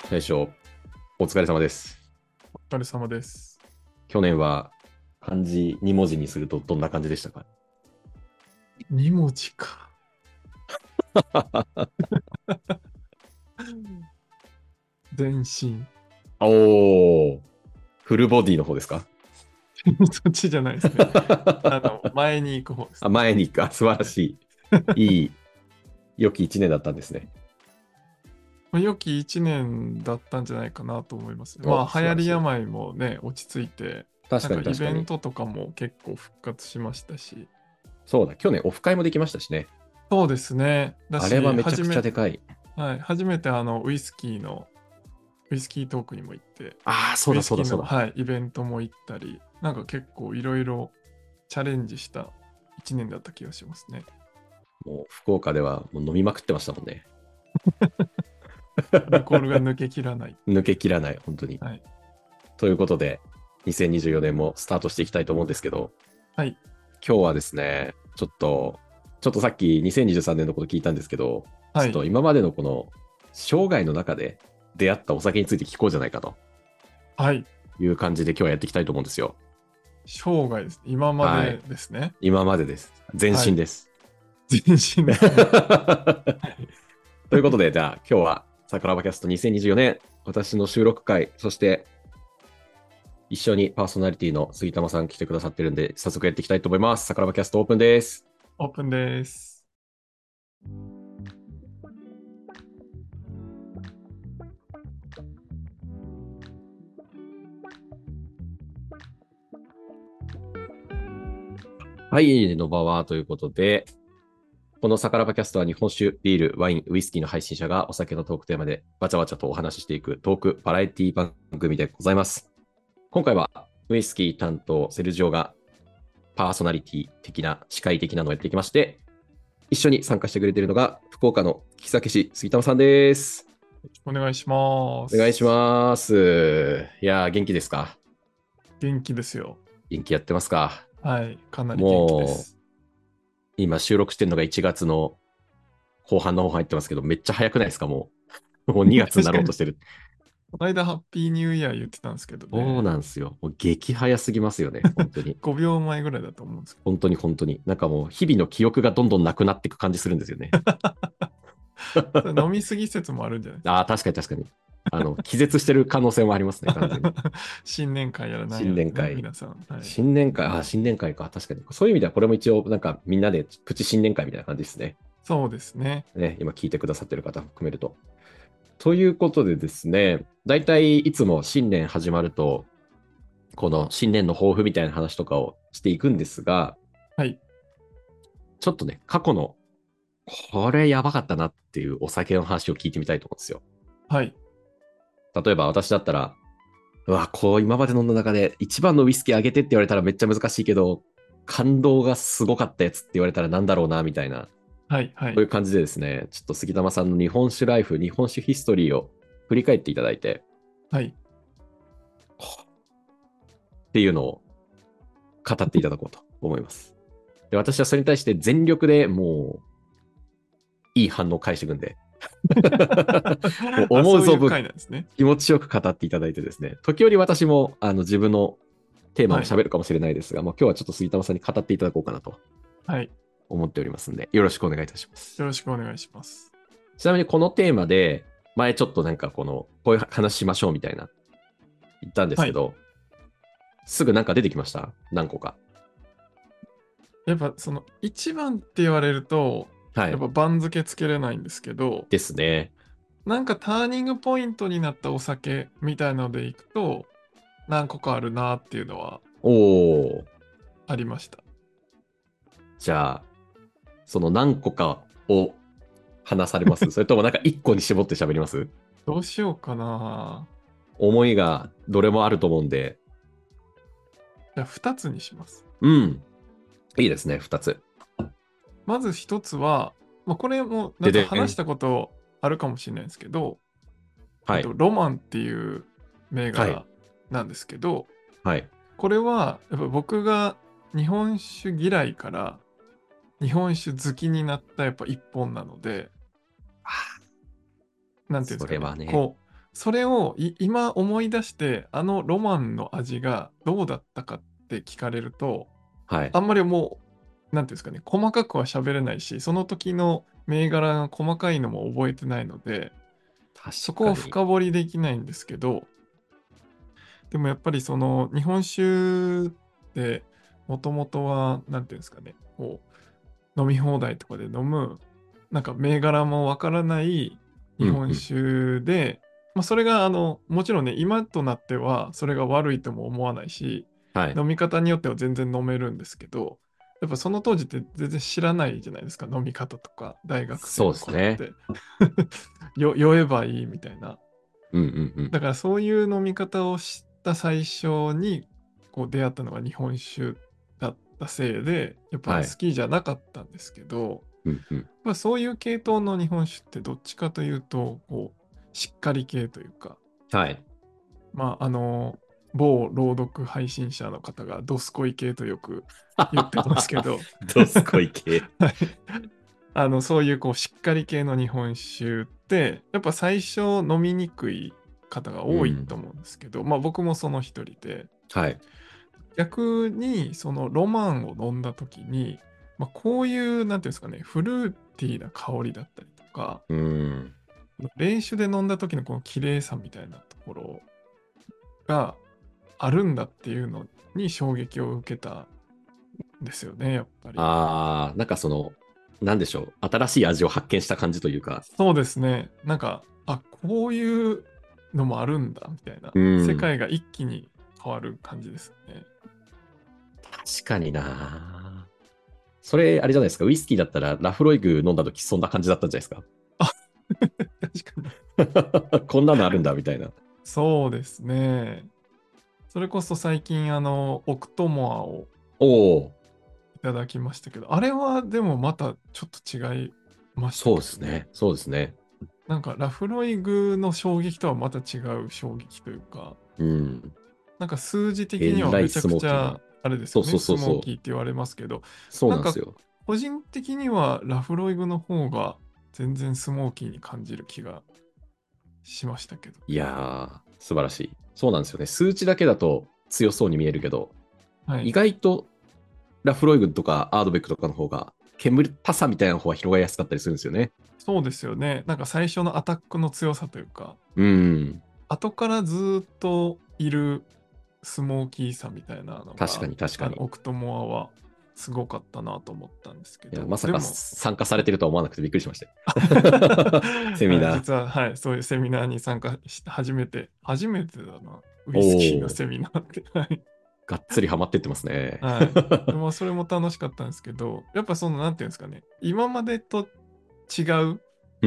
大将、お疲れ様です。 お疲れ様です。 去年は漢字2文字にするとどんな感じでしたか？ 2文字か。全身。 おー、フルボディの方ですか？ そっちじゃないですね。前に行く方ですあ、 ね。 前に行く。あ、素晴らはい。 しい。いい、良き一年だったんですね。 良き一年だったんじゃないかなと思います。 お、 流行り素晴らしい。 病もね、落ち着いて、 確かにイ確かに。 ベントとかも結構復活しましたし。 そうだ、去年オフ会もできましたしね。 そうですね。だあれはし、 めちゃくちゃでかい。 初めてウイスキートークにも行って、 ああ、そうだウイスキーの、 そうだそうだ。 イベントも行ったり、結構いろいろチャレンジした一年だった気がしますね。 もう福岡ではもう飲みまくってましたもんね。 アルコールが抜けきらない。 抜けきらない、本当に。 はい。 ということで、2024年もスタートしていきたいと思うんですけど、 はい。 今日はですね、ちょっとさっき2023年のこと聞いたんですけど、ちょっはい。 と今までのこの生涯の中で出会ったお酒について聞こうじゃないかとはい。 いう感じで今日はやっていきたいと思うんですよ。 生涯です。今まではい。 ですね。 今までです。全はい。 身です。 全身ですね。はい。 ということで、じゃあ今日は桜庭キャスト2024年、私の収録会、そして一緒にパーソナリティの杉玉さん来てくださってるんで、早速やっていきたいと思います。桜庭キャストオープンです。 オープンです。 はい、のばわということで、このサカラバキャストは日本酒、ビール、ワイン、ウイスキーの配信者がお酒のトークテーマでバチャバチャとお話ししていくトークバラエティ番組でございます。今回はウイスキー担当セルジオがパーソナリティ的な、司会的なのをやっていきまして、一緒に参加してくれているのが福岡の木崎市杉玉さんです。 お願いしまお願いしす。 ます。いやー、元気ですか？ 元気ですよ。 元気やってますか？ はい。かなり元気でもう、 す。 今収録してるのが1月の後半の方入ってますけど、めっちゃ早くないですか？もう2月にな確かに。 ろうとしてる。 この間、ハッピーニューイヤー言ってたんですけどそうね。 なんですよ。もう激早すぎますよね。本当に。 5秒前ぐらいだと思うんですけ本当に本当に。なんかもう日々の記憶がどんどんなくなっていく感じするんですよね。 ど。それ飲みすぎ説もあるんじゃないですか。 ああ、確かに確かに。気絶してる可能性もありますね、完全に。 新年会やらなんや新らでね、 年会。 皆さん。はい。 新年会、新年会か。確かに。そういう意味ではこれも一応なんかみんなでプチ新年会みたいな感じですね。 そうですね。 ね、今聞いてくださってる方含めると。ということでですね、大体いつも新年始まると、この新年の抱負みたいな話とかをしていくんですが、 はい。 ちょっとね、過去のこれやばかったなっていうお酒の話を聞いてみたいと思うんですよ。 はい。 例えば私だったら、うわ、こう今まで飲んだ中で一番のウイスキーあげてって言われたらめっちゃ難しいけど、感動がすごかったやつって言われたらなんだろうな、みたいな。 はい。はい。 そういう感じでですね、ちょっと杉玉さんの日本酒ライフ、日本酒ヒストリーを振り返っていただいて、 はい。 っていうのを語っていただこうと思います。で、私はそれに対して全力でもういい反応を返していくんで、もうあ、そういう思う存分回なんですね。 気持ちよく語っていただいてですね、時折私も自分のテーマはい。 を喋るかもしれないですが、もう今日はちょっと杉玉さんに語っていただこうかなとはい。 思っておりますんで、よろしくお願いいたします。 よろしくお願いします。 ちなみにこのテーマで、前ちょっとなんかこういう話しましょうみたいな言ったんですはい。 けど、すぐなんか出てきました何個か。 やっぱその一番って言われると、 はい。 やっぱ番付つけれないんですけど、 ですね。 ターニングポイントになったお酒みたいなのでいくと、何個かあるなっていうのはおー。 ありました。 じゃあ、その何個かを話されますそれともなんか1個に絞って喋ります？ どうしようかな。 思いがどれもあると思うんで。 じゃあ2つにします。 うん。いいですね、2つ。 まず1つは、これもででん。 話したことあるかもしれないですけど、 はい。 ロマンっていう銘はい。 柄なんですけど、 はい。 これはやっぱ僕が日本酒嫌いから日本酒好きになったやっぱ一本なので、なんていうんですそかね、 れはね。 それを今思い出して、あのロマンの味がどうだったかって聞かれると、 はい。 あんまりもう、なんていうんですかね、細かくは喋れないし、その時の銘柄が細かいのも覚えてないので、 確そこをかに。 深掘りできないんですけど、でもやっぱりその日本酒ってもともとは、なんていうんですかね、こう飲み放題とかで飲む、なんか銘柄もわからない日本うんうん。 酒で、まあ、それがもちろんね、今となってはそれが悪いとも思わないし、 はい。 飲み方によっては全然飲めるんですけど、やっぱその当時って全然知らないじゃないですか、飲み方とか、大学生そうのですね。 頃って。酔えばいいみたいな。 うんうんうん。 だからそういう飲み方を知った最初にこう出会ったのが日本酒だったせいで、やっぱ好はい。 きじゃなかったんですけど、 うんうん。 まあ、そういう系統の日本酒ってどっちかというと、こう、しっかり系というか、 はい。 まあ、某朗読配信者の方がドスコイ系とよく言ってますけど、 どすこい系。 はい、そういうこうしっかり系の日本酒って、やっぱ最初飲みにくい方が多いうん。 と思うんですけど、まあ僕もその一人で、 はい。 逆にそのロマンを飲んだ時に、まあ、こういう、なんていうんですかね、フルーティーな香りだったりとか、 うん。 冷酒で飲んだ時のこの綺麗さみたいなところがあるんだっていうのに衝撃を受けたんですよね、やっぱり。 ああ、なんかなんでしょう。新しい味を発見した感じというか。 そうですね。なんか、あ、こういうのもあるんだ、みたいな。 うん。 世界が一気に変わる感じですね。 確かにな。それ、あれじゃないですか。ウイスキーだったら、ラフロイグ飲んだ時そんな感じだったんじゃないですか。 あ、確かに。 こんなのあるんだ、みたいな。 そうですね。それこそ最近、オクトモアをおお、 いただきましたけど、あれはでもまたちょっと違いましたそうけどね。 ですね。そうですね。 なんかラフロイグの衝撃とはまた違う衝撃というか、 うん。 なんか数字的えにはめちゃらいスくちゃモーキーな。 あれですよね、 そうそうスモーそうそう。 キーって言われますけど、なんかそうなんですよ。 個人的にはラフロイグの方が全然スモーキーに感じる気がしましたけどいね。 やー、素晴らしい。そうなんですよね。数値だけだと強そうに見えるけど、意はい。 外とラフロイグとかアードベックとかの方が、煙ったさみたいな方が広がりやすかったりするんですよね。 そうですよね。なんか最初のアタックの強さというか、 うん。 後からずっといるスモーキーさみたいなの確かが、 に確かに。 オクトモアはすごかったなと思ったんですけいや、 ど、 まさかでも、 参加されてるとは思わなくてびっくりしましたよ。セミはい、 ナー。 実は、はい、そういうセミナーに参加して初めてだな、ウおイスキーのお、 セミナーって。はい。 がっつりハマってってますね。 はい。でも、それも楽しかったんですけど、やっぱなんていうんですかね、今までと違う、 うん。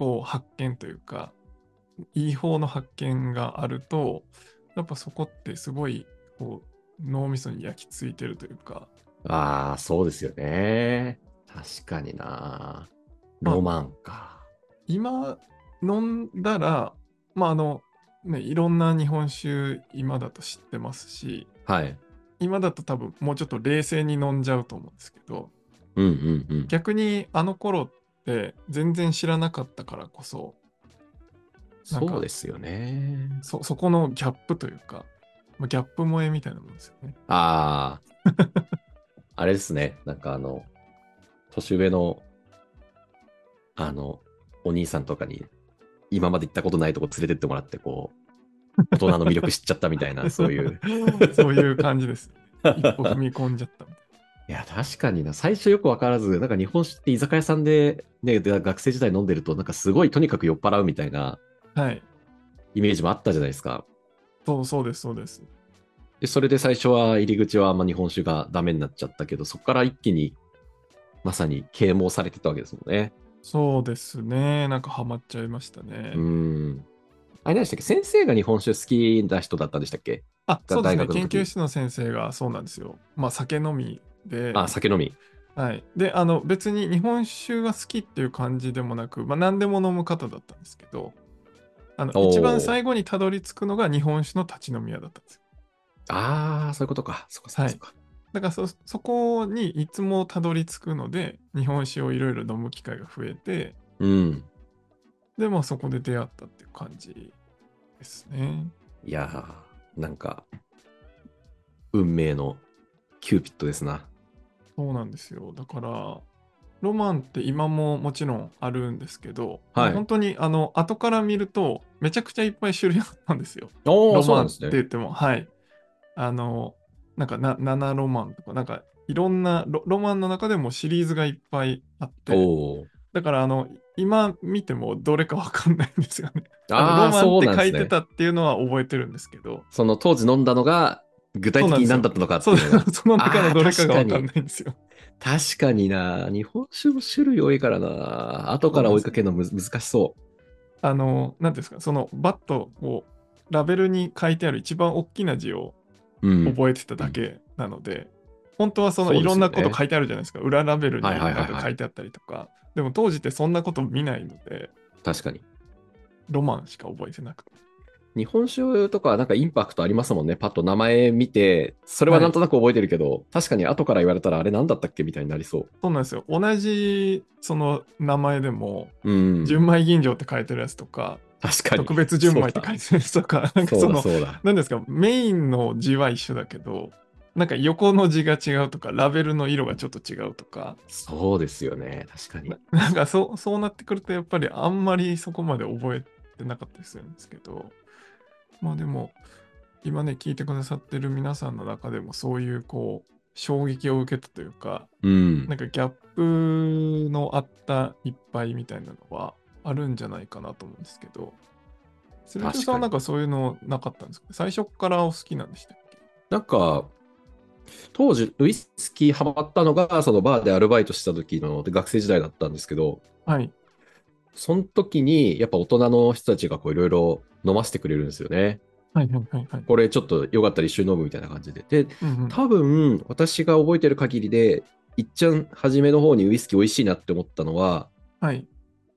こう、発見というか、いい方の発見があると、やっぱそこってすごい、こう、脳みそに焼き付いてるというか、 ああ、そうですよね。確かにな。 まあ、 ロマンか。 今飲んだら、まあね、いろんな日本酒今だと知ってますし、 はい。 今だと多分もうちょっと冷静に飲んじゃうと思うんですけど、 うんうんうん。 逆にあの頃って全然知らなかったからこそ、なんかそうですよね。 そこのギャップというか、まあギャップ萌えみたいなもんですよね。 ああ、あれですね。年上の、あの、お兄さんとかに、今まで行ったことないとこ連れてってもらって、大人の魅力知っちゃったみたいな、そういう。 そういう感じです。一歩踏み込んじゃったみたいいや、確かにな。最初よくわからず、なんか日本酒って居酒屋さんで、ね、学生時代飲んでると、なんかすごいとにかく酔っ払うみたいなな。はい。 イメージもあったじゃないですか。 そうです、そうです。 で、それで最初は入り口はあんま日本酒がダメになっちゃったけど、そこから一気にまさに啓蒙されてたわけですもんね。 そうですね。なんかハマっちゃいましたうーね。 ん。あれ何でしたっけ？先生が日本酒好きな人だったんでしたっけ？ あ、 が大そうですね。 学の時。 研究室の先生がそうなんですよ。まあ、酒飲みで、 あ、酒飲み。 はい。で、別に日本酒が好きっていう感じでもなく、まあ、何でも飲む方だったんですけど、一番おー。 最後にたどり着くのが日本酒の立ち飲み屋だったんですよ。 あー、そういうことか。そっかそっかはい。 そっか。 だからそこにいつもたどり着くので、日本酒をいろいろ飲む機会が増えて、 うん。 で、まあそこで出会ったっていう感じですね。 いやー、なんか、運命のキューピッドですな。 そうなんですよ。だから、ロマンって今ももちろんあるんですけど、もうはい。 本当に後から見ると、めちゃくちゃいっぱい種類あったんですよ。 おー、 ロマンってそうなんですね。 言っても、はい。なんか7ロマンとか、なんかいろんなロマンの中でもシリーズがいっぱいあっおて、 ー。 だから今見てもどれかわかんないんですよね。ロあー、そうマンってなんですね。 書いてたっていうのは覚えてるんですけど、 その当時飲んだのが、具体的にそうなんですよ。 何だったのかっそう、 ていうのが。 その中のあー、 どれかがわかん確かに。 ないんですよ。 確かにな。日本酒も種類多いからな。後から追いそうなんですよ。 かけるの難しそなんていうんですか、そのバットをラベルに書いてある一番大きな字をう。うん。 覚えてたうん、 だけなので、本当はそのそうでいろんすよね。 なこと書いてあるじゃないですか。裏ラベルはいになんはいはいはい。 か書いてあったりとか。でも当時ってそんなこと見ないので、 確かに。 ロマンしか覚えてなくて。 日本酒とかはなんかインパクトありますもんね。パッと名前見て、それははい。 なんとなく覚えてるけど、確かに後から言われたらあれ何だったっけみたいになりそう。 そうなんですよ。同じその名前でも、 うん。 純米吟醸って書いてるやつとか、 確かに。 特別純米ってそうだ。 書いてるやつとか、なんかそうだその、 そうだ。 なんですか、メインの字は一緒だけど、なんか横の字が違うとか、ラベルの色がちょっと違うとか、 そうですよね。確かに。 なんかそうなってくると、やっぱりあんまりそこまで覚えてなかったりするんですけど、まあでも、今ね、聞いてくださってる皆さんの中でも、そういうこう、衝撃を受けたというか、 うん。 なんかギャップのあった一杯みたいなのはあるんじゃないかなと思うんですけど、スレジオ確かに。 さんはなんかそういうのなかったんですか？最初からお好きなんでしたっけ？ なんか、当時、ウイスキーハマったのが、そのバーでアルバイトした時の学生時代だったんですけど、 はい。 その時に、やっぱ大人の人たちがこういろいろ飲ませてくれるんですよね。 はいはいはいはい。 これちょっとよかったら一緒に飲むみたいな感じで。で、 うんうん。 多分、私が覚えてる限りで、いっちゃん初めの方にウイスキー美味しいなって思ったのは、 はい。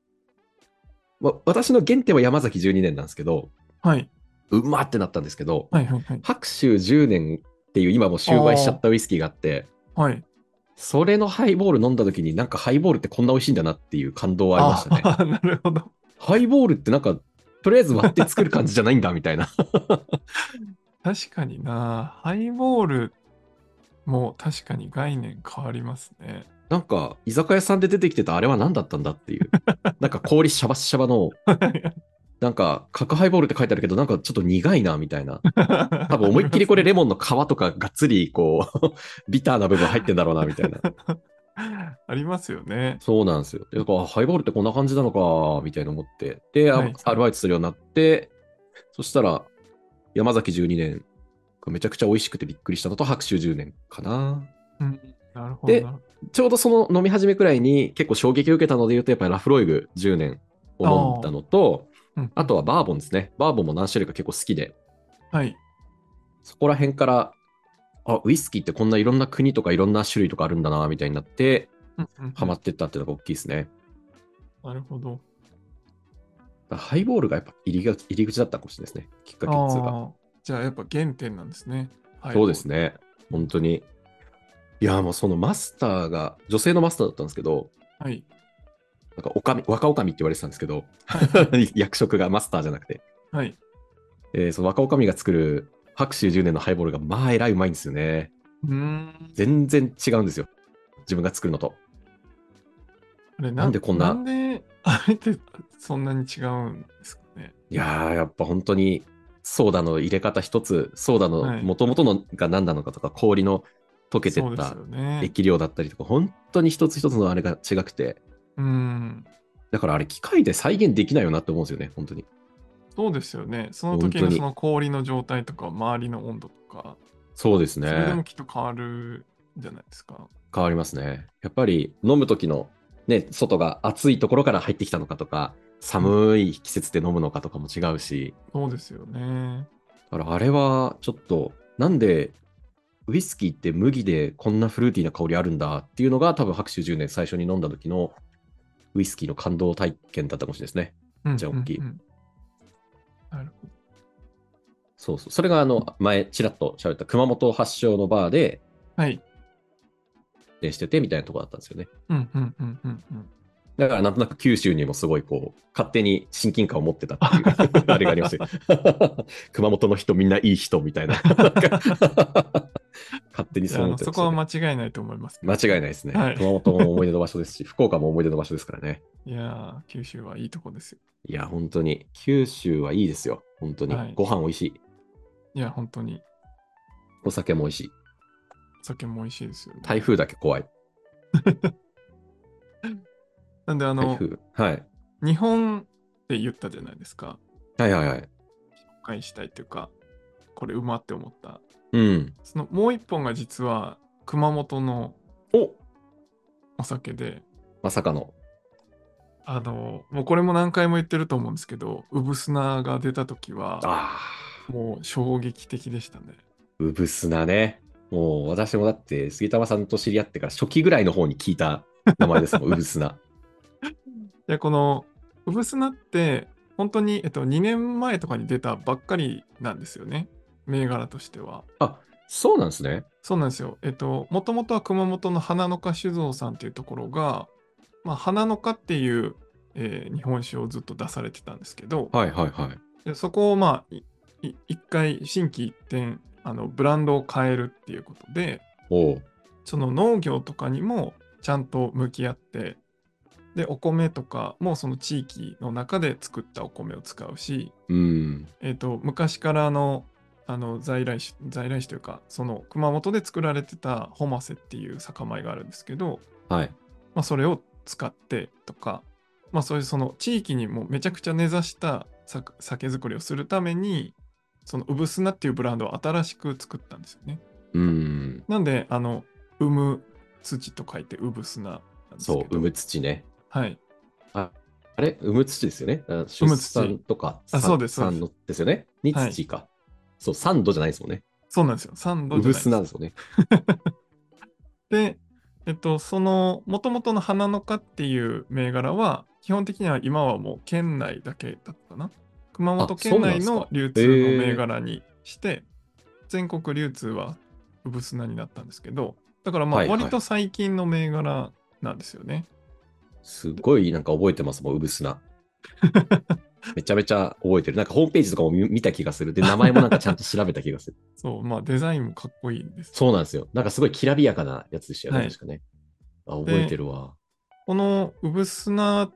私の原点は山崎12年なんですけど、 はい。 うまってなったんですけど、 はいはいはい。 白州10年っていう今もうあ終売しちゃっあ、 たウイスキーがあって、 はい。 それのハイボール飲んだ時になんかハイボールってこんな美味しいんだなっていう感動はありましたね。 ああ、なるほど。 ハイボールってなんか、とりあえず割って作る感じじゃないんだみたいな。 確かにな。ハイボールも確かに概念変わりますね。 なんか、居酒屋さんで出てきてたあれは何だったんだっていう。なんか氷シャバシャバの、なんか角ハイボールって書いてあるけど、なんかちょっと苦いなみたいな。多分あ思いっきりこれりますね。 レモンの皮とかがっつりこうビターな部分入ってんだろうなみたいな。 ありますよね。 そうなんですよ。で、だからハイボールってこんな感じなのか、みたいな思って。で、アはいはい。 ルバイトするようになって、そしたら山崎12年、めちゃくちゃ美味しくてびっくりしたのと白州10年かな。 うん、なるほどで、 な。 ちょうどその飲み始めくらいに結構衝撃を受けたので言うと、やっぱりラフロイグ10年を飲んだああ、 のと、 うんうん。 あとはバーボンですね。バーボンも何種類か結構好きで、 はい。 そこら辺から、ウイスキーってこんないろんな国とかいろんな種類とかあるんだな、みたいになって、 うんうんうん。 ハマってったっていうのが大きいですね。 なるほど。 だからハイボールがやっぱ入り口だったかもしれないですね。きっかけっつうか。 ああ、じゃあやっぱ原点なんですね。ハイそうでボールが。 すね。本当に。いや、もうそのマスターが、女性のマスターだったんですけど、 はい。 なんか若女将って言われてたんですけど、 はいはい。 役職がマスターじゃなくて、 はい。 その若女将が作る白州10年のハイボールがまあえらいうまいんですよね。 うーん。 全然違うんですよ。自分が作るのと。 あれ、 なんでこんな、 なんで、あれってそんなに違うんですかね。 いやー、やっぱ本当にソーダの入れ方一つ、ソーダのはい。 元々のが何なのかとか、氷の溶けてっそうですたよね。 液量だったりとか、本当に一つ一つのあれが違くて、 うーん。 だからあれ機械で再現できないよなって思うんですよね、本当に。 そうですよね。その本当に。 時のその氷の状態とか、周りの温度とか、 そうですね。 それでもきっと変わるんじゃないですか。 変わりますね。やっぱり飲む時のね、外が暑いところから入ってきたのかとか、 うん。 寒い季節で飲むのかとかも違うし、 そうですよね。 だからあれはちょっと、なんでウイスキーって麦でこんなフルーティーな香りあるんだっていうのが多分白州10年最初に飲んだ時のウイスキーの感動体験だったかもしれないですね。 うん、うん、 じゃあ大きい。 うん。なるほど。 そうそう。それが前ちらっと喋った熊本発祥のバーではい。 しててみたいなところだったんですよね。 うん、うん、うん、うん、うん。 だからなんとなく九州にもすごいこう、勝手に親近感を持ってたっていうあれがありますよ。熊本の人みんないい人みたいな。なんか勝手にいや、 そう思ってそこは間ましたね。 違いないと思いますけ間違いどね。 ないですね。 はい。 熊本も思い出の場所ですし、福岡も思い出の場所ですからね。 いやー、九州はいいとこですよ。 いや、本当に、九州はいいですよ。本当に。 はい。 ご飯美味しい。 いや、本当に、 お酒も美味しい。 お酒も美味しいですよね。 台風だけ怖い。 なんで、 台風。はい。 日本って言ったじゃないですか。 はいはいはい。 紹介したいっていうか、これうまって思った。 うん。 そのもう一本が実は熊本のお、 お酒で、 まさかの。 もうこれも何回も言ってると思うんですけど、うぶすなが出た時は、 あもう衝撃的でしたね。 うぶすなね。もう私もだって杉玉さんと知り合ってから初期ぐらいの方に聞いた名前ですもん、うぶすな。 で、このうぶすなって、本当に、2年前とかに出たばっかりなんですよね。銘柄としては。 あ、そうなんですね。 そうなんですよ。もともとは熊本の花の花酒造さんっていうところが、まあ、花の花っていう、日本酒をずっと出されてたんですけど、 はいはいはい。 でそこをまあ、一回心機一転、ブランドを変えるっていうことで、 おう。 その農業とかにもちゃんと向き合って、で、お米とかもその地域の中で作ったお米を使うし、 うん。 昔から在来種というか、その熊本で作られてたホマセっていう酒米があるんですけど、 はい。 まあ、それを使ってとか、まあ、そういうその地域にもめちゃくちゃ根ざした酒造りをするために、そのうぶすなっていうブランドを新しく作ったんですよね。 うん。 なんで、生む土と書いてうぶすななんですけそう、うむど、 つちね。 はい。 あ、あれうむつちですよね。 う出む土。 産とかあ、そうです、そうです。 産のですよね。にはい。 土か。そう、産度じゃないですもんね。 そうなんですよ。3度うぶじゃないんですよ。 すなんですよね。 で、その、もともとの花の花っていう銘柄は、基本的には今はもう県内だけだったかな。熊あ、 本県内そうなんですか。 の流通の銘へえ。 柄にして、全国流通はうぶすなになったんですけど、だからまあはいはい。 割と最近の銘柄なんですよね。 すごいなんか覚えてますもん、うぶすな。めちゃめちゃ覚えてる。なんかホームページとかも見た気がする。で、名前もなんかちゃんと調べた気がする。 そう、まあデザインもかっこいいんですよね。 そうなんですよ。なんかすごいきらびやかなやつでしたよね、 はい。 確かね。あ、覚えてで、 るわ。 このうぶすなって、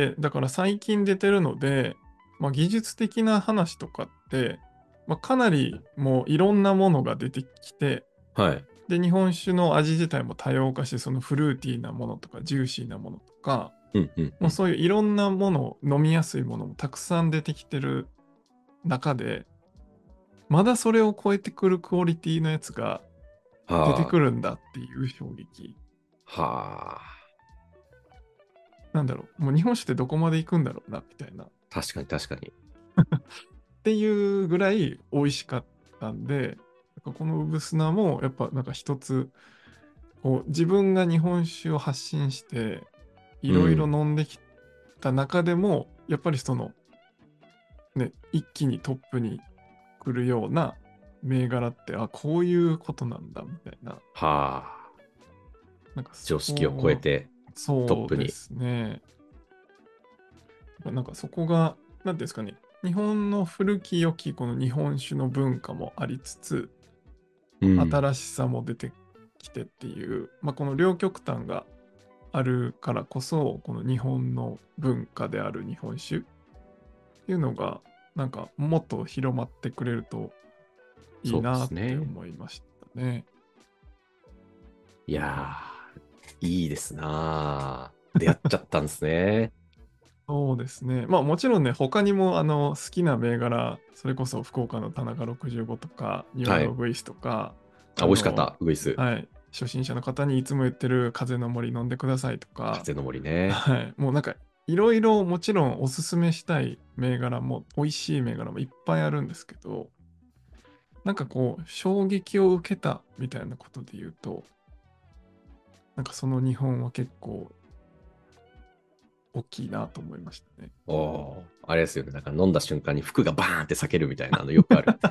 だから最近出てるので、まあ、技術的な話とかって、まあ、かなりもういろんなものが出てきて、 はい。 で、日本酒の味自体も多様化して、そのフルーティーなものとか、ジューシーなものとか、 うんうんうん。 もうそういういろんなもの、飲みやすいものもたくさん出てきてる中で、まだそれを超えてくるクオリティのやつが出てくはるんだっていう衝撃。 あ。はあ。 なんだろう、もう日本酒ってどこまで行くんだろうな、みたいな。っ確かに確かに。 ていうぐらい美味しかったんで、このうぶすなもやっぱなんか一つ、こう自分が日本酒を発信して、いろいろうん。 飲んできた中でも、やっぱりその、ね、一気にトップに来るような銘柄って、あ、こういうことなんだ、みたいな。 はあ。 なんかそ常識を超えこ、 てトップに。 そうですね。なんかそこが、なんていうんですかね、日本の古き良きこの日本酒の文化もありつつ、 うん。 新しさも出てきてっていう、まあ、この両極端があるからこそ、この日本の文化である日本酒っていうのが、なんかもっと広まってくれるといいそうでなってすね。 思いましたね。 いやー、いいですなー。出会っちゃったんですね。 そうですね。まあもちろんね、他にも好きな銘柄、それこそ福岡の田中65とか、庭はい。 のウグイスとか、 あ、美味しかった、ウグイス。 はい、初心者の方にいつも言ってる風の森飲んでくださいとか、 風の森ね。 はい、もうなんかいろいろもちろんおすすめしたい銘柄も、美味しい銘柄もいっぱいあるんですけど、なんかこう、衝撃を受けたみたいなことで言うと、なんかその日本は結構大きいなと思いましたね。 おー、あれですよね。なんか飲んだ瞬間に服がバーンって裂けるみたいなのよくある。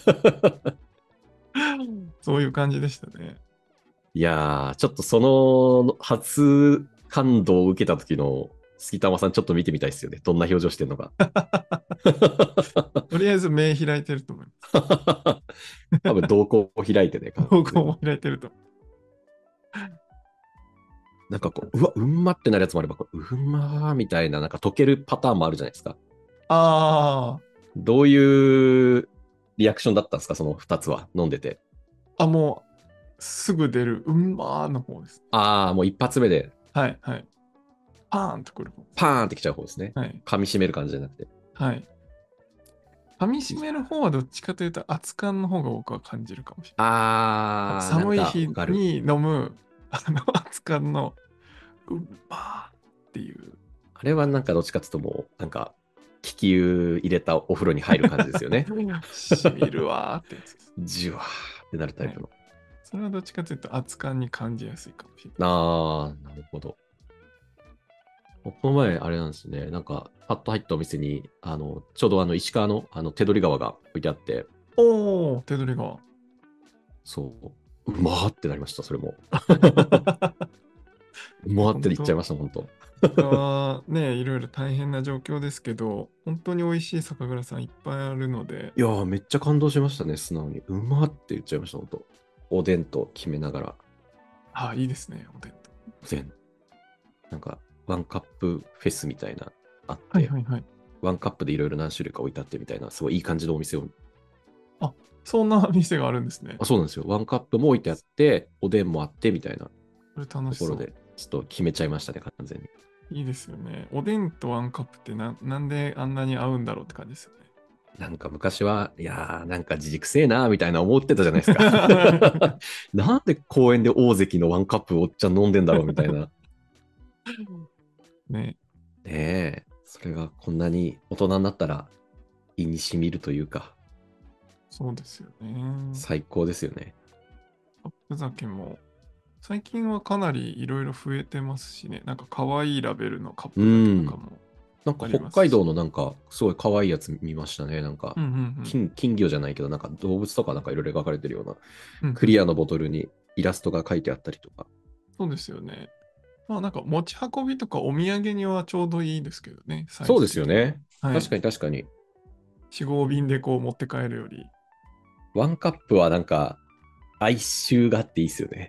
そういう感じでしたね。 いやー、ちょっとその初感動を受けた時の杉玉さんちょっと見てみたいですよね。どんな表情してんのか。 とりあえず目開いてると思います。 多分瞳孔を開いてね、完全に。 瞳孔も開いてると。 なんかこう、うわ、うんまってなるやつもあれば、こううんまーみたいな、なんか溶けるパターンもあるじゃないですか。 あどういうリアクションだったんですか、その2つは、飲んでて。 あ、もうすぐ出る、うんまーの方です。 ああ、もう一発目ではい、はい。パーンとくる方。 パーンってきちゃう方ですね。 はい、 噛み締める感じじゃなくて。 はい。噛み締める方はどっちかというと熱燗の方が僕は感じるかもしれない。 あー、なんか寒い日わかる。 に飲む、熱燗の、うんまーっていう。 あれはなんかどっちかっていうともう、なんか、気球入れたお風呂に入る感じですよね。 しみるわーってやつです。 ジュワーってなるタイはい。 プの。 それはどっちかというと熱燗に感じやすいかもしれない。 あー、なるほど。この前、あれなんですね。なんか、パッと入ったお店に、ちょうど石川の、手取川が置いてあって、 おー、手取りが。 そう、うまーってなりました、それも。うまーって言っちゃい本当、 ました、本当。 他はね、いろいろ大変な状況ですけど、本当に美味しい酒蔵さんいっぱいあるので、 いやー、めっちゃ感動しましたね、素直に。うまーって言っちゃいました、本当。おでんと決めながら、 あ、いいですね、おでんと。 おでん。なんか、ワンカップフェスみたいな、あって、 はいはいはい。 ワンカップでいろいろ何種類か置いてあってみたいな、すごいいい感じのお店を。 あ、そんな店があるんですね。 あ、そうなんですよ。ワンカップも置いてあって、おでんもあってみたいなこれ楽しそう。 ところで、ちょっと決めちゃいましたね、完全に。 いいですよね。おでんとワンカップってなんであんなに合うんだろうって感じですよね。 なんか昔は、いやー、なんか自軸せえなーみたいな思ってたじゃないですか。なんで公園で大関のワンカップおっちゃん飲んでんだろうみたいな。 ね、 ねえ、それがこんなに大人になったら胃に染みるというか、 そうですよね。 最高ですよね。 カップ酒も最近はかなりいろいろ増えてますしね。なんか可愛いラベルのカッうプ酒とかん。 もなんかあり北海道ますし。 のなんかすごい可愛いやつ見ましたね。なんかうんうん金魚じゃないけど、なんか動物とかなんかいろいろ描かれてるようなうん。うんうん。 クリアのボトルにイラストが書いてあったりとか。 そうですよね。まあなんか持ち運びとかお土産にはちょうどいいですけどね。サイそうですズ的には。 よね。確はい。 かに確かに。 4、5便でこう持って帰るより。 ワンカップはなんか哀愁があっていいですよね。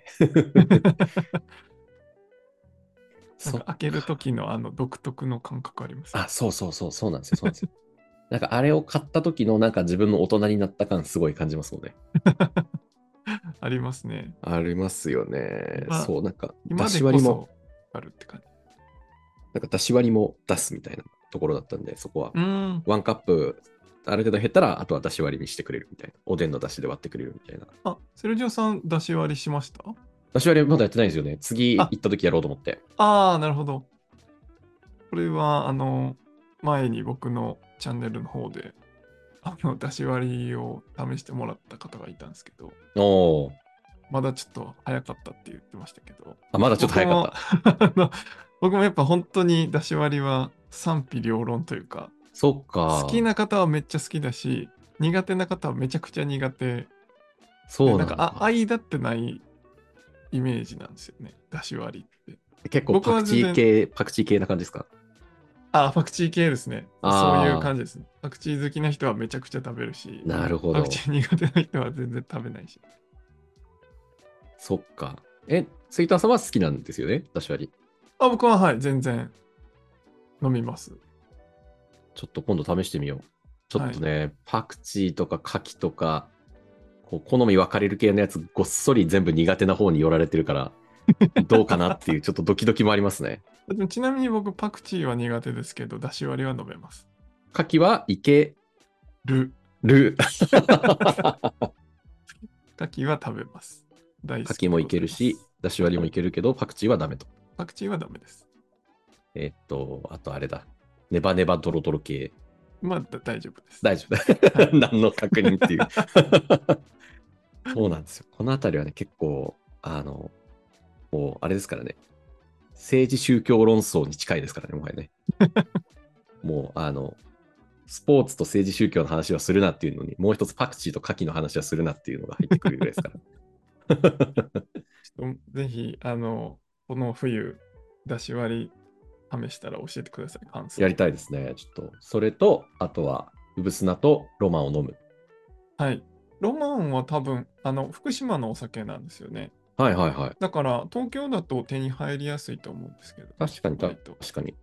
なんそっか開けるか。 時のあの独特の感覚ありますよあ、そうそうそう、そうなんですよ、そうなんですよ。なんかあれを買った時のなんか自分の大人になった感すごい感じますもんね。 ね。ありますね。 ありますよね。 今、 そう、なんか出今でし割りも、 こそあるって感じ。 なんか出し割りも出すみたいなところだったんで、そこは。 うーん。 ワンカップある程度減ったら、あとは出し割りにしてくれるみたいな。おでんの出汁で割ってくれるみたいな。 あ、セルジオさん出し割りしました？ 出し割りまだやってないんですよね。次あ、 行った時やろうと思って。 なるほど。これは、前に僕のチャンネルの方で、出し割りを試してもらった方がいたんですけど、 おー。 まだちょっと早かったって言ってましたけど、 あ、まだちょっと僕も早かった。 僕もやっぱ本当に出し割りは賛否両論というか、 そっ好きか。 な方はめっちゃ好きだし、苦手な方はめちゃくちゃ苦手で、 そうなんか、 なんだ。 間ってないイメージなんですよね、出し割りって。 結構僕は全然、 パクチー系な感じですか？ パクチー系ですね。そういうあ感じですね。パクチー好きな人はめちゃくちゃ食べるし、 ー、なるほど。 パクチー苦手な人は全然食べないし。 そっか。杉田さんは好きなんですよね、出し割り。 僕ははい、全然飲みます。 ちょっと今度試してみよう。ちょっはい。 とね、パクチーとか牡蠣とか、こう好み分かれる系のやつ、ごっそり全部苦手な方に寄られてるから、どうかなっていう、ちょっとドキドキもありますね。 でもちなみに僕、パクチーは苦手ですけど、出し割りは飲めます。 牡蠣はいけル。 る。 牡蠣は食べます。大好きでござ牡蠣もいけるし、 います。 だし割りもいけるけど、パクチーはダメと。 パクチーはダメです。 あとあれだ。ネバネバドロドロ系。 まあ、大丈夫です。 大丈夫。 はい。 何の確認っていう。そうなんですよ。このあたりはね、結構、もう、あれですからね。政治宗教論争に近いですからね、もはやね。もう、スポーツと政治宗教の話はするなっていうのに、もう一つパクチーと牡蠣の話はするなっていうのが入ってくるぐらいですから。 ぜひ、この冬、出し割り試したら教えてください、感想。 やりたいですね。ちょっと、それと、あとは、うぶすなとロマンを飲む。 はい。ロマンは多分、福島のお酒なんですよね。 はいはいはい。 だから、東京だと手に入りやすいと思うんですけど、 確かに、 割と。 確かに。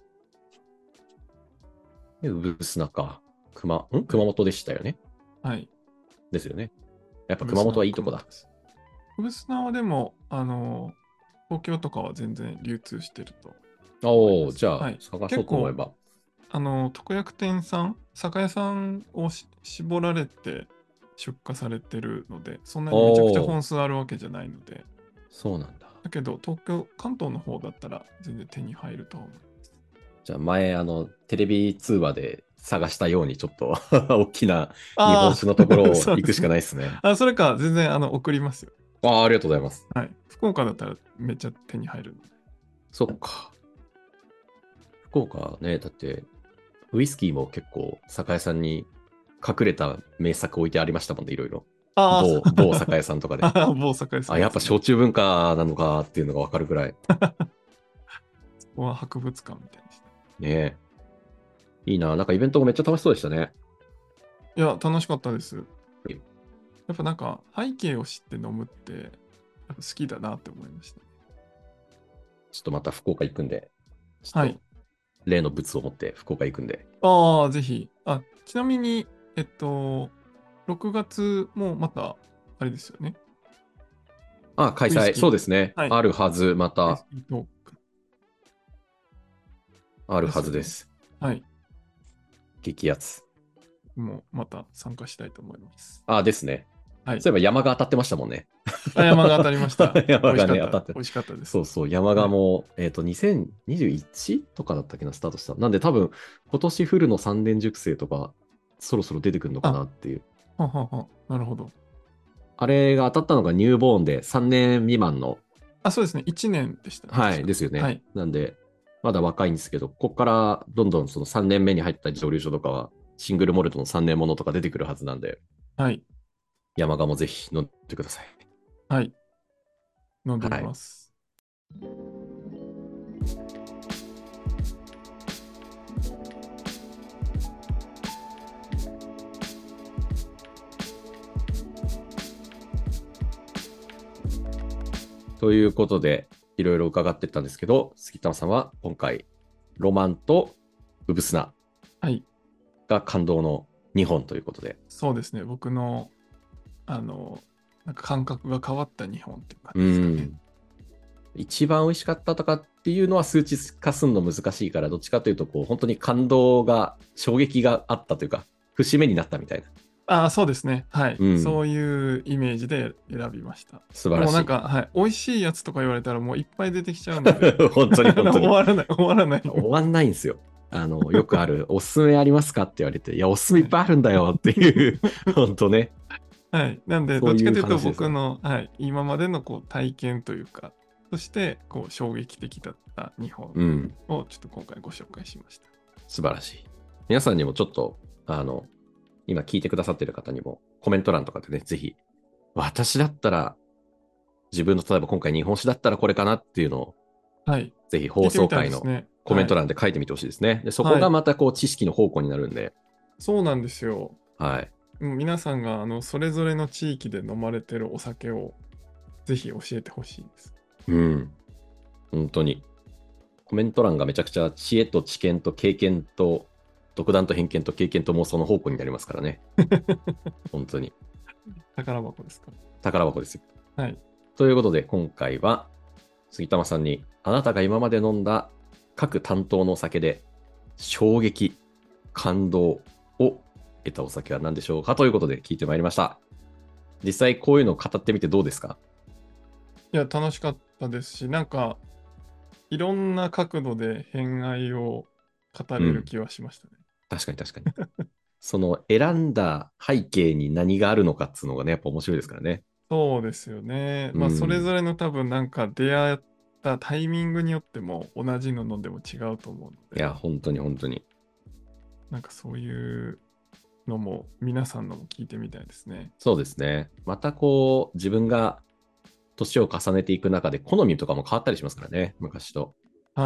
で、うぶすなか。 はい。 熊本でしたよね。 はい。 ですよね。やっぱ熊本ブスナははいいとこだ。 熊本です。ブスナはでも、東京とかは全然流通してると思いおお、 ます。 じゃあ、 はい。 探そう結構、 と思えば。 特約店さん、酒屋さんを絞られて出荷されてるので、そんなおにめちゃくちゃお、 本数あるわけじゃないので、 そうなんだ。 だけど、関東の方だったら全然手に入ると思う。 じゃあ、前、テレビ通話で探したように、ちょっと大きな日本あ酒のところあ、 を行くしかそうですね。 ないですね。 それか、全然送りますよ。 ああ、ありがとうございます。 はい。福岡だったらめっちゃ手に入るので。 そっか。福岡ね、だって、ウイスキーも結構、酒屋さんに隠れた名作置いてありましたもんね、いろいろ。 あ某酒屋さんとかで。 あ、某酒屋さあ、やっぱんですね。 焼酎文化なのかっていうのがわかるぐらい。 ここは博物館みたいでした。 ねいいな。なんかイベントもめっちゃ楽しそうでしたね。 いや、楽しかったです。やっぱなんか背景を知って飲むってやっぱ好きだなって思いました。 ちょっとまた福岡行くんで、ちょっとはい。 例の物を持って福岡行くんで。 ああ、ぜひ。ちなみに、6月もまた、あれですよね。 あ、開催。 ウイスキー。 そうですね。 はい。 あるはず、またウイスキートークあるですよね。 はずです。 はい。 激アツ。 もうまた参加したいと思います。 あ、ですね。 はい。 そういえば山が当たってましたもんね。 山が当たりました。美山がね、 味しかった。 当たってる。 美味しかったです。 そうそう、山はい。 がもう、2021とかだったっけな、スタートした。なんで多分、今年フルの3年熟成とか、そろそろ出てくるのかあ、 なっていう。 ははは。なるほど。 あれが当たったのがニューボーンで3年未満の、 そうですね。1年でしたね。 はい、 確か。 ですよね。 はい。 なんで、まだ若いんですけど、ここからどんどんその3年目に入った蒸留所とかは、シングルモルトの3年ものとか出てくるはずなんで、 はい。 山賀もぜひ飲んでください。 はい。飲んでみはい。 ます。 ということで、いろいろ伺ってったんですけど、杉玉さんは今回、ロマンとウブスナはい。 が感動の2本ということで。 そうですね。僕の、あの、なんか感覚が変わった日本っていう感うじですかね。 ん。一番美味しかったとかっていうのは数値化するの難しいから、どっちかというと、こう、本当に感動が、衝撃があったというか、節目になったみたいな。 そうですね。はい。 うん。 そういうイメージで選びました。 素晴らしい。 もうなんか、はい。美味しいやつとか言われたらもういっぱい出てきちゃうので、 本当に本当に。 終わらない、終わらない。 終わんないんですよ。よくある、おすすめありますかって言われて、いや、おすすめいっはい。 ぱいあるんだよっていう、本当ね、 はい。なんで、 そういうどっちかというと話ですね。 僕の、はい、今までのこう体験というか、そしてこう衝撃的だった日本うん。 をちょっと今回ご紹介しました。 素晴らしい。皆さんにもちょっと、今聞いてくださってる方にもコメント欄とかでね、ぜひ、私だったら、自分の例えば今回日本史だったらこれかなっていうのを、 はい。 ぜひ放聞いてみたい送回のですね。 コメントはい。 欄で書いてみてほしいですね。で、そこはい。 がまたこう知識の宝庫になるんで、 そうなんですよ。 はい。 皆さんがそれぞれの地域で飲まれてるお酒をぜひ教えてほしいです。 うん。本当に。コメント欄がめちゃくちゃ知恵と知見と経験と独断と偏見と経験と妄想の宝庫になりますからね。本当に。 宝箱ですか？ 宝箱ですよ。 はい。 ということで、今回は杉玉さんにあなたが今まで飲んだ各担当のお酒で衝撃、感動を得たお酒は何でしょうかということで聞いてまいりました。実際こういうのを語ってみてどうですか？ いや、楽しかったですし、なんか、いろんな角度で偏愛を語うん。 れる気はしましたね。 確かに確かに。その選んだ背景に何があるのかっつうのがね、やっぱ面白いですからね。 そうですよね。 うまあ、それぞん。 れの多分なんか出会ったタイミングによっても同じの飲んでも違うと思うので、 いや、本当に本当に。 なんかそういうのも皆さんのも聞いてみたいですね。 そうですね。またこう、自分が年を重ねていく中で好みとかも変わったりしますからね、昔と。 はい。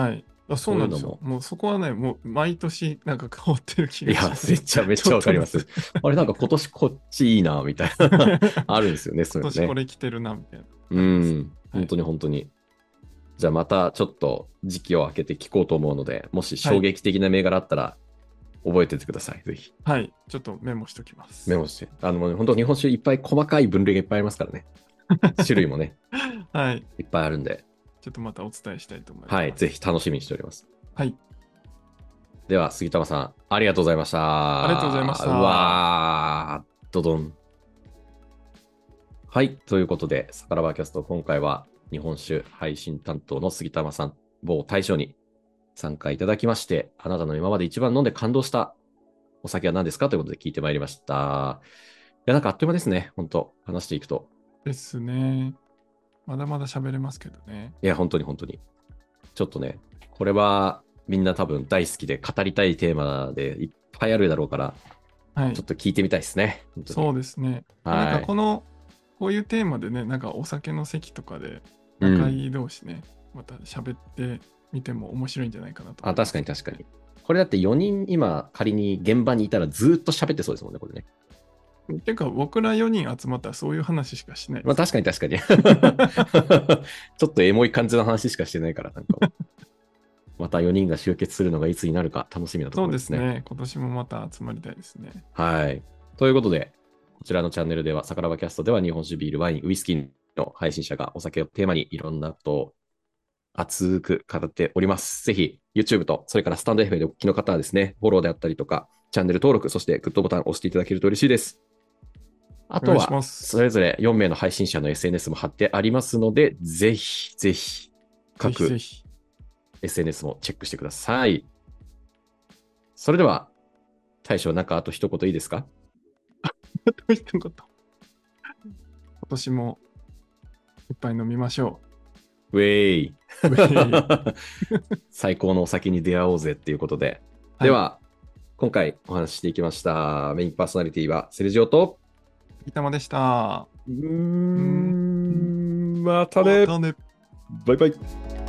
そうなんですよ。もうそこはね、もう毎年なんか変わってる気いや、 がして。 めっちゃわかります。あれ、なんか今年こっちいいな、みたいなあるんですよね、そういうのね。 今年これ着てるな、みたいな。 うん、本当に本当に。じゃあまたちょっと時期を空けて聞こうと思うので、もし衝撃的な銘柄あったら覚えててください、ぜひ。 はい。ちょっとメモしときます。 メモして。本当日本酒いっぱい細かい分類がいっぱいありますからね。種類もね、 はい。 いっぱいあるんで、 ちょっとまたお伝えしたいと思います。 はい、ぜひ楽しみにしております。 はい。 では、杉玉さん、ありがとうございました。 ありがとうございました。 うわー、ドドン。はい、ということで、サカラバキャスト、今回は日本酒配信担当の杉玉さんを対象に参加いただきまして、あなたの今まで一番飲んで感動したお酒は何ですかということで聞いてまいりました。いや、なんかあっという間ですね、本当話していくと。 ですね。まだまだ喋れますけどね。 いや、本当に本当に。ちょっとね、これはみんな多分大好きで語りたいテーマでいっぱいあるだろうから、 はい。 ちょっと聞いてみたいですね。本当に。 そうですね。なんかはい。 こういうテーマでね、なんかお酒の席とかで仲うん。 いい同士ね、また喋ってみても面白いんじゃないかなと思あ、 います。 確かに確かに。これだって4人今仮に現場にいたらずっと喋ってそうですもんね、これね。 ていうか、僕ら4人集まったらそういう話しかしないでまあす。 確かに確かに。ちょっとエモい感じの話しかしてないから、なんか。また4人が集結するのがいつになるか楽しみなとそうころですね。 ですね。今年もまた集まりたいですね。 はい。ということで、こちらのチャンネルでは、サカラバキャストでは日本酒、ビール、ワイン、ウイスキーの配信者がお酒をテーマにいろんなことを熱く語っております。ぜひ YouTube と、それからスタンド FM でお聞きの方はですね、フォローであったりとか、チャンネル登録、そしてグッドボタンを押していただけると嬉しいです。あお願いしとは、 ます。 それぞれ4名の配信者の SNS も貼ってありますので、ぜひぜひ、 ぜひぜ各ひ。 SNS もチェックしてください。それでは、大将、なんかあと一言いいですか？ どういったこと？今年もいっぱい飲みましょウェイう。ウェイ。 最高のお酒に出会おうぜっていうことで。 はい。 では、今回お話ししていきましたメインパーソナリティはセルジオと、 いたまでした。うーん。 またね。 またね。 バイバイ。